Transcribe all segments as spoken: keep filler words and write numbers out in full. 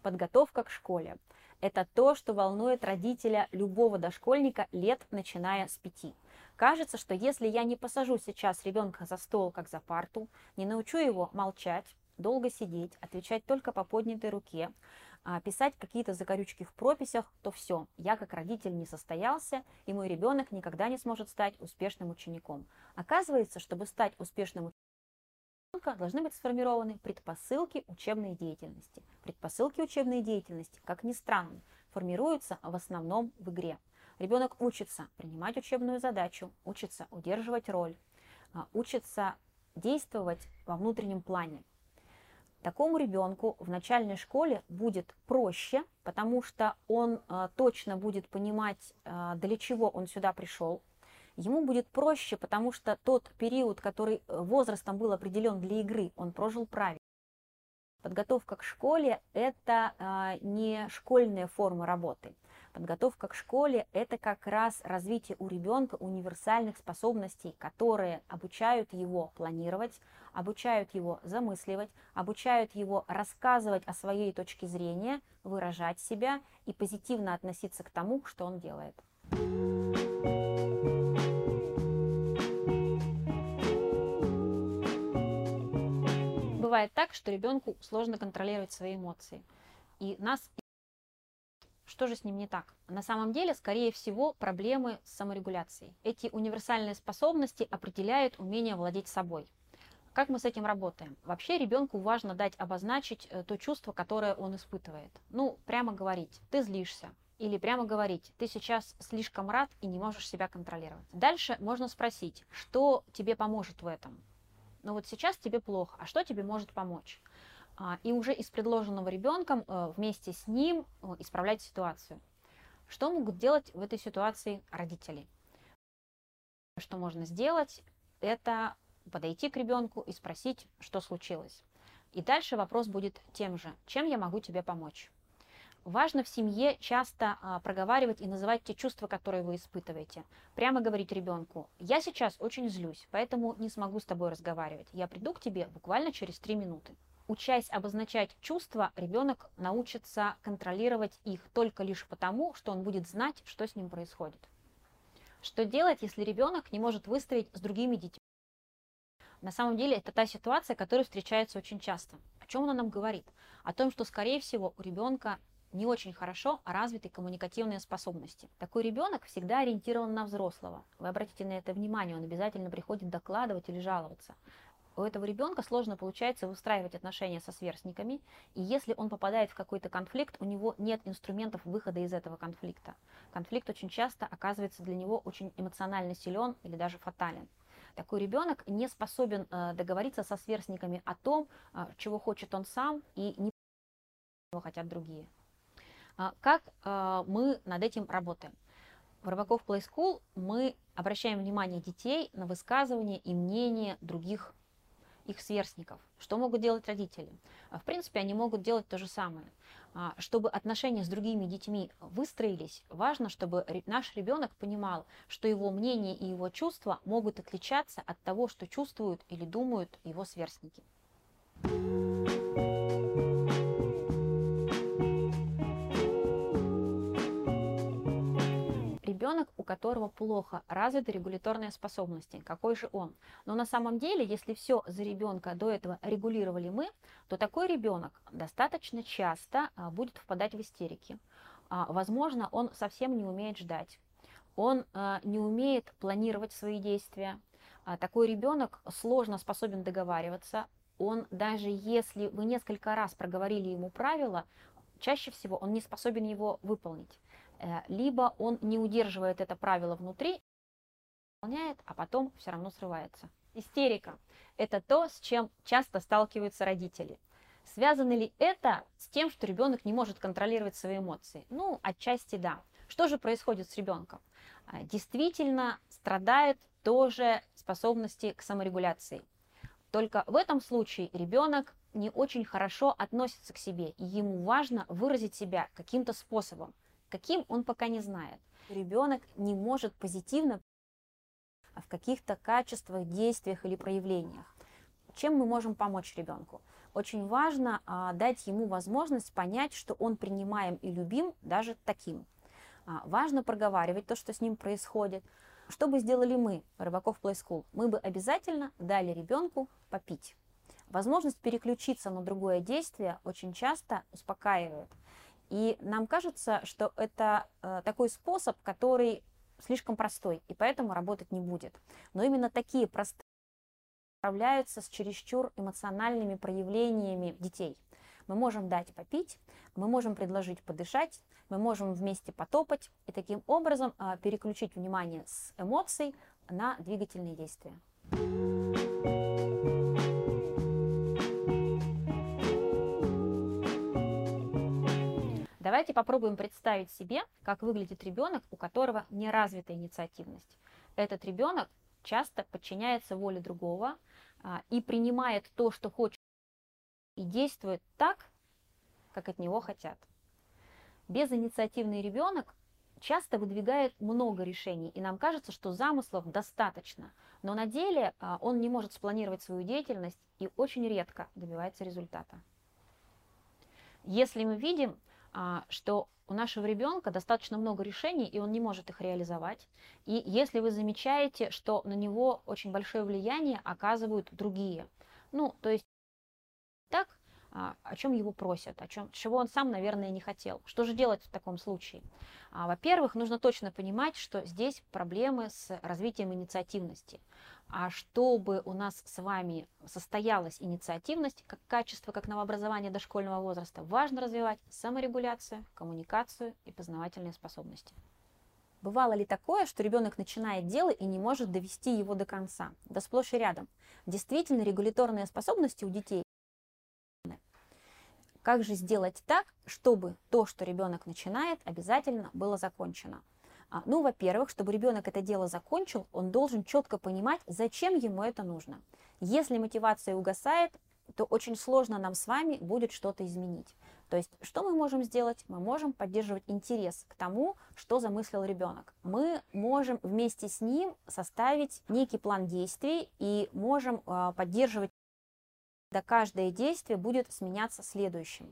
Подготовка к школе. Это то, что волнует родителя любого дошкольника лет, начиная с пяти. Кажется, что если я не посажу сейчас ребенка за стол, как за парту, не научу его молчать, долго сидеть, отвечать только по поднятой руке, писать какие-то закорючки в прописях, то все, я как родитель не состоялся, и мой ребенок никогда не сможет стать успешным учеником. Оказывается, чтобы стать успешным учеником, должны быть сформированы предпосылки учебной деятельности. Предпосылки учебной деятельности, как ни странно, формируются в основном в игре. Ребенок учится принимать учебную задачу, учится удерживать роль, учится действовать во внутреннем плане. Такому ребенку в начальной школе будет проще, потому что он э, точно будет понимать, э, для чего он сюда пришел. Ему будет проще, потому что тот период, который возрастом был определен для игры, он прожил правильно. Подготовка к школе – это э, не школьная форма работы. Подготовка к школе – это как раз развитие у ребенка универсальных способностей, которые обучают его планировать, обучают его замысливать, обучают его рассказывать о своей точке зрения, выражать себя и позитивно относиться к тому, что он делает. Бывает так, что ребенку сложно контролировать свои эмоции. И нас... Что же с ним не так? На самом деле, скорее всего, проблемы с саморегуляцией. Эти универсальные способности определяют умение владеть собой. Как мы с этим работаем? Вообще ребенку важно дать обозначить то чувство, которое он испытывает. Ну, прямо говорить: ты злишься. Или прямо говорить: ты сейчас слишком рад и не можешь себя контролировать. Дальше можно спросить, что тебе поможет в этом. Ну вот сейчас тебе плохо, а что тебе может помочь? И уже из предложенного ребенком вместе с ним исправлять ситуацию. Что могут делать в этой ситуации родители? Что можно сделать, это подойти к ребенку и спросить, что случилось. И дальше вопрос будет тем же: чем я могу тебе помочь? Важно в семье часто а, проговаривать и называть те чувства, которые вы испытываете. Прямо говорить ребенку: я сейчас очень злюсь, поэтому не смогу с тобой разговаривать. Я приду к тебе буквально через три минуты. Учась обозначать чувства, ребенок научится контролировать их только лишь потому, что он будет знать, что с ним происходит. Что делать, если ребенок не может выстроить с другими детьми? На самом деле это та ситуация, которая встречается очень часто. О чем она нам говорит? О том, что, скорее всего, у ребенка не очень хорошо развиты коммуникативные способности. Такой ребенок всегда ориентирован на взрослого. Вы обратите на это внимание, он обязательно приходит докладывать или жаловаться. У этого ребенка сложно получается выстраивать отношения со сверстниками, и если он попадает в какой-то конфликт, у него нет инструментов выхода из этого конфликта. Конфликт очень часто оказывается для него очень эмоционально силен или даже фатален. Такой ребенок не способен э, договориться со сверстниками о том, э, чего хочет он сам, и не чего хотят другие. А как э, мы над этим работаем? В Рыбаков Play School мы обращаем внимание детей на высказывания и мнения других их сверстников. Что могут делать родители? В принципе, они могут делать то же самое. Чтобы отношения с другими детьми выстроились, важно, чтобы наш ребенок понимал, что его мнение и его чувства могут отличаться от того, что чувствуют или думают его сверстники. Ребенок, у которого плохо развиты регуляторные способности, какой же он? Но на самом деле, если все за ребенка до этого регулировали мы, то такой ребенок достаточно часто будет впадать в истерики. Возможно, он совсем не умеет ждать, он не умеет планировать свои действия. Такой ребенок сложно способен договариваться. Он, даже если вы несколько раз проговорили ему правила, чаще всего он не способен его выполнить. Либо он не удерживает это правило внутри, выполняет, а потом все равно срывается. Истерика – это то, с чем часто сталкиваются родители. Связано ли это с тем, что ребенок не может контролировать свои эмоции? Ну, отчасти да. Что же происходит с ребенком? Действительно страдает тоже способности к саморегуляции. Только в этом случае ребенок не очень хорошо относится к себе, и ему важно выразить себя каким-то способом. Каким, он пока не знает. Ребенок не может позитивно в каких-то качествах, действиях или проявлениях. чем мы можем помочь ребенку? Очень важно а, дать ему возможность понять, что он принимаем и любим даже таким. А, важно проговаривать то, что с ним происходит. Что бы сделали мы, Рыбаков Play School? Мы бы обязательно дали ребенку попить. Возможность переключиться на другое действие очень часто успокаивает. И нам кажется, что это э, такой способ, который слишком простой, и поэтому работать не будет. Но именно такие простые справляются с чересчур эмоциональными проявлениями детей. Мы можем дать попить, мы можем предложить подышать, мы можем вместе потопать и таким образом э, переключить внимание с эмоций на двигательные действия. Давайте попробуем представить себе, как выглядит ребенок, у которого не развита инициативность. Этот ребенок часто подчиняется воле другого а, и принимает то, что хочет, и действует так, как от него хотят. Безинициативный ребенок часто выдвигает много решений, и нам кажется, что замыслов достаточно, но на деле а, он не может спланировать свою деятельность и очень редко добивается результата. Если мы видим, что у нашего ребенка достаточно много решений, и он не может их реализовать. И если вы замечаете, что на него очень большое влияние оказывают другие, ну, то есть так, о чем его просят, о чем, чего он сам, наверное, не хотел. Что же делать в таком случае? Во-первых, нужно точно понимать, что здесь проблемы с развитием инициативности. А чтобы у нас с вами состоялась инициативность, как качество, как новообразование дошкольного возраста, важно развивать саморегуляцию, коммуникацию и познавательные способности. Бывало ли такое, что ребенок начинает дело и не может довести его до конца? Да сплошь и рядом. Действительно, регуляторные способности у детей. Как же сделать так, чтобы то, что ребенок начинает, обязательно было закончено? Ну, во-первых, чтобы ребенок это дело закончил, он должен четко понимать, зачем ему это нужно. Если мотивация угасает, то очень сложно нам с вами будет что-то изменить. То есть, что мы можем сделать? Мы можем поддерживать интерес к тому, что замыслил ребенок. Мы можем вместе с ним составить некий план действий и можем э, поддерживать, когда каждое действие будет сменяться следующим.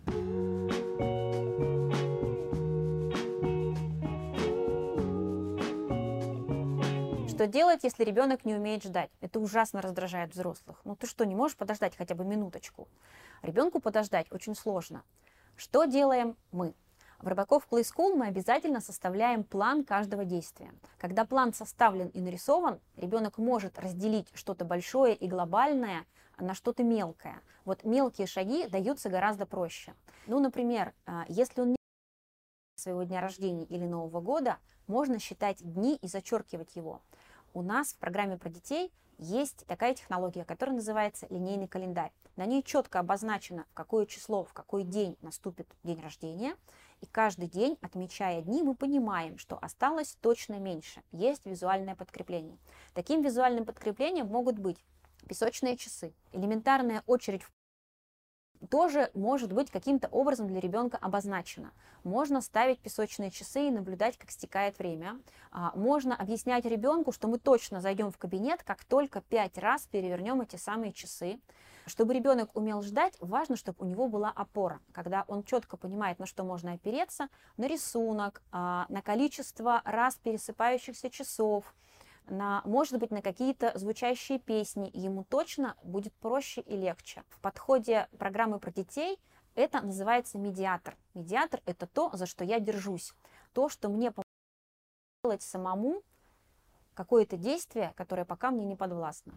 Что делать, если ребенок не умеет ждать? Это ужасно раздражает взрослых. Ну ты что, не можешь подождать хотя бы минуточку? Ребенку подождать очень сложно. Что делаем мы? В Рыбаков Play School мы обязательно составляем план каждого действия. Когда план составлен и нарисован, ребенок может разделить что-то большое и глобальное на что-то мелкое. Вот мелкие шаги даются гораздо проще. Ну, например, если он не своего дня рождения или Нового года, можно считать дни и зачеркивать его. У нас в программе про детей есть такая технология, которая называется линейный календарь. На ней четко обозначено, в какое число, в какой день наступит день рождения. И каждый день, отмечая дни, мы понимаем, что осталось точно меньше. Есть визуальное подкрепление. Таким визуальным подкреплением могут быть песочные часы. Элементарная очередь в тоже может быть каким-то образом для ребенка обозначено. Можно ставить песочные часы и наблюдать, как стекает время. Можно объяснять ребенку, что мы точно зайдем в кабинет, как только пять раз перевернем эти самые часы. Чтобы ребенок умел ждать, важно, чтобы у него была опора. Когда он четко понимает, на что можно опереться, на рисунок, на количество раз пересыпающихся часов, на, может быть, на какие-то звучащие песни, ему точно будет проще и легче. В подходе программы про детей это называется медиатор. Медиатор – это то, за что я держусь, то, что мне помогает делать самому какое-то действие, которое пока мне не подвластно.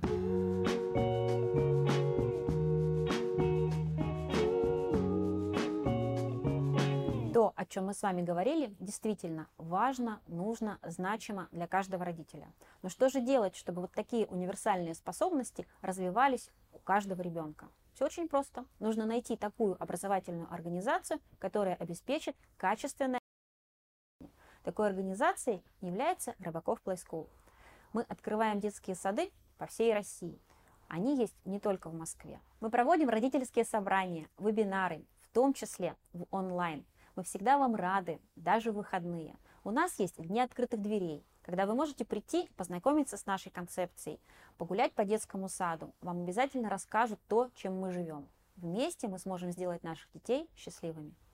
То, о чем мы с вами говорили, действительно важно, нужно, значимо для каждого родителя. Но что же делать, чтобы вот такие универсальные способности развивались у каждого ребенка? Все очень просто. Нужно найти такую образовательную организацию, которая обеспечит качественное. Такой организацией является Рыбаков Play School. Мы открываем детские сады по всей России. Они есть не только в Москве. Мы проводим родительские собрания, вебинары, в том числе в онлайн. Мы всегда вам рады, даже в выходные. У нас есть дни открытых дверей. когда вы можете прийти, познакомиться с нашей концепцией, погулять по детскому саду. Вам обязательно расскажут то, чем мы живем. Вместе мы сможем сделать наших детей счастливыми.